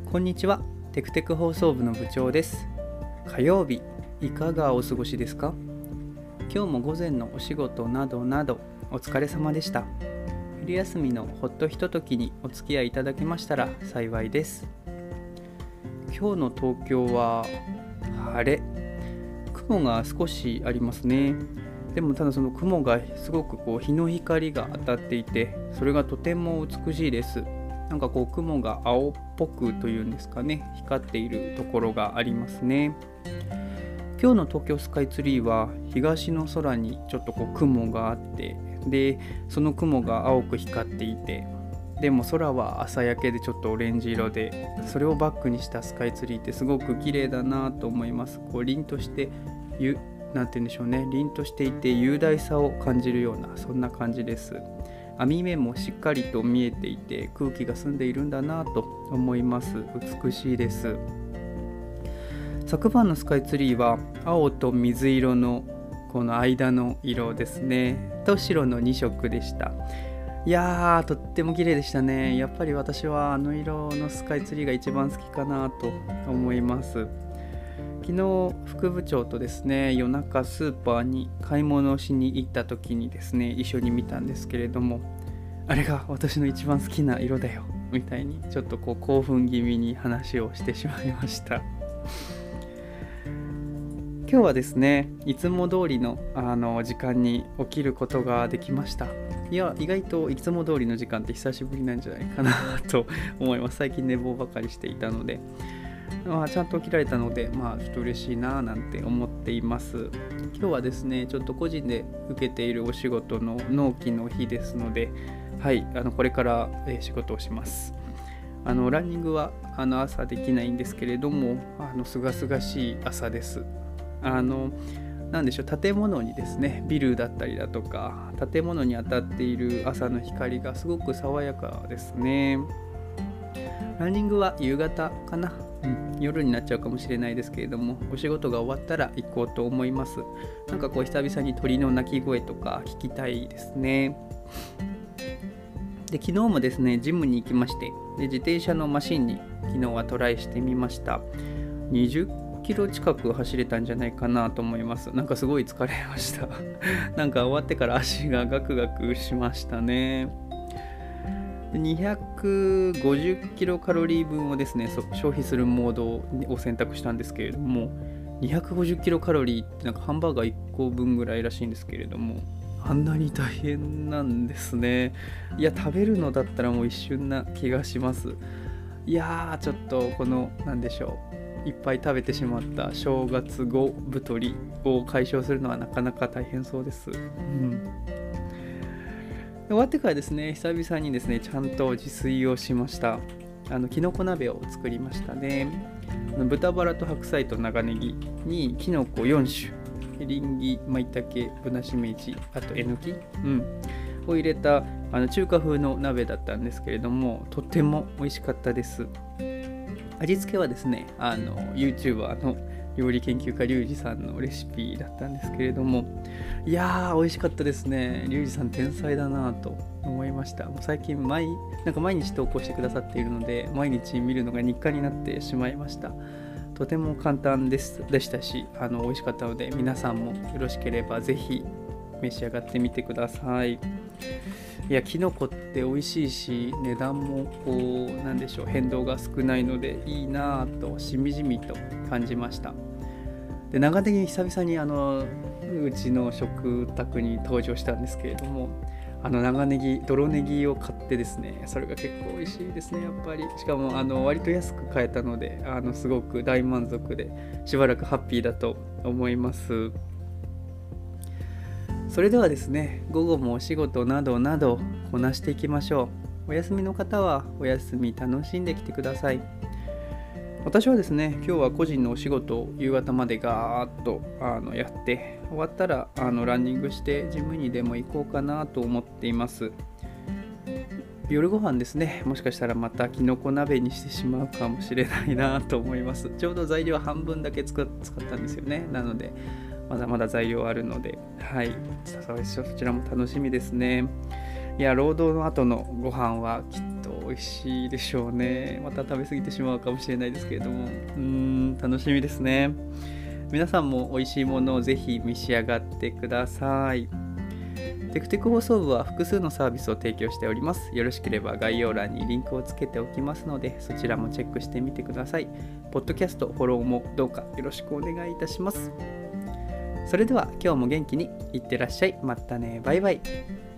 こんにちは。テクテク放送部の部長です。火曜日、いかがお過ごしですか？今日も午前のお仕事などなどお疲れ様でした。昼休みのほっとひとときにお付き合いいただけましたら幸いです。今日の東京は晴れ。雲が少しありますね。でもただその雲がすごく日の光が当たっていて、それがとても美しいです。なんか雲が青っぽくというんですかね、光っているところがありますね。今日の東京スカイツリーは東の空にちょっと雲があって、でその雲が青く光っていて、でも空は朝焼けでちょっとオレンジ色で、それをバックにしたスカイツリーってすごく綺麗だなと思います。凛としてなんて言うんでしょうね、凛としていて雄大さを感じるような、そんな感じです。網目もしっかりと見えていて、空気が澄んでいるんだなと思います。美しいです。昨晩のスカイツリーは青と水色のこの間の色ですね、と白の2色でした。いやー、とっても綺麗でしたね。やっぱり私はあの色のスカイツリーが一番好きかなと思います。昨日副部長とですね、夜中スーパーに買い物をしに行った時にですね、一緒に見たんですけれども、あれが私の一番好きな色だよみたいにちょっと興奮気味に話をしてしまいました。今日はですね、いつも通りの時間に起きることができました。いや、意外といつも通りの時間って久しぶりなんじゃないかなと思います。最近寝坊ばかりしていたので、ちゃんと起きられたので、ちょっと嬉しいななんて思っています。今日はですね、ちょっと個人で受けているお仕事の納期の日ですので、はい、これから、仕事をします。ランニングは朝できないんですけれども、すがすがしい朝です。なんでしょう、建物にですね、ビルだったりだとか建物に当たっている朝の光がすごく爽やかですね。ランニングは夕方かな、夜になっちゃうかもしれないですけれども、お仕事が終わったら行こうと思います。なんか久々に鳥の鳴き声とか聞きたいですね。で、昨日もですね、ジムに行きまして、で自転車のマシンに昨日はトライしてみました。20キロ近く走れたんじゃないかなと思います。なんかすごい疲れましたなんか終わってから足がガクガクしましたね。250キロカロリー分をですね、消費するモードを選択したんですけれども、250キロカロリーってなんかハンバーガー1個分ぐらいらしいんですけれども、あんなに大変なんですね。いや、食べるのだったらもう一瞬な気がします。いやー、ちょっとなんでしょう、いっぱい食べてしまった正月後太りを解消するのはなかなか大変そうです。終わってからですね、久々にですね、ちゃんと自炊をしました。きのこ鍋を作りましたね。豚バラと白菜と長ネギにきのこ4種、エリンギ、マイタケ、ブナシメジ、あとえのき、を入れた中華風の鍋だったんですけれども、とっても美味しかったです。味付けはですね、YouTuber の料理研究家リュウジさんのレシピだったんですけれども、いやー、美味しかったですね。リュウジさん天才だなと思いました。もう最近毎日投稿してくださっているので、毎日見るのが日課になってしまいました。とても簡単でしたし、美味しかったので、皆さんもよろしければぜひ召し上がってみてください。いや、キノコって美味しいし、値段もなんでしょう、変動が少ないのでいいなぁとしみじみと感じました。で、長ネギ久々にうちの食卓に登場したんですけれども、長ネギ、泥ネギを買ってですね、それが結構美味しいですね、やっぱり。しかも割と安く買えたので、すごく大満足で、しばらくハッピーだと思います。それではですね、午後もお仕事などなどこなしていきましょう。お休みの方はお休み楽しんできてください。私はですね、今日は個人のお仕事を夕方までガーッとやって、終わったらランニングしてジムにでも行こうかなと思っています。夜ご飯ですね、もしかしたらまたきのこ鍋にしてしまうかもしれないなと思います。ちょうど材料半分だけ使ったんですよね。なのでまだまだ材料あるので、はい、そちらも楽しみですね。いや、労働の後のご飯はきっと美美味しいでしょうね。また食べ過ぎてしまうかもしれないですけれども、楽しみですね。皆さんも美味しいものをぜひ召し上がってください。テクテク放送部は複数のサービスを提供しております。よろしければ概要欄にリンクをつけておきますので、そちらもチェックしてみてください。ポッドキャストフォローもどうかよろしくお願いいたします。それでは今日も元気にいってらっしゃい。またね。バイバイ。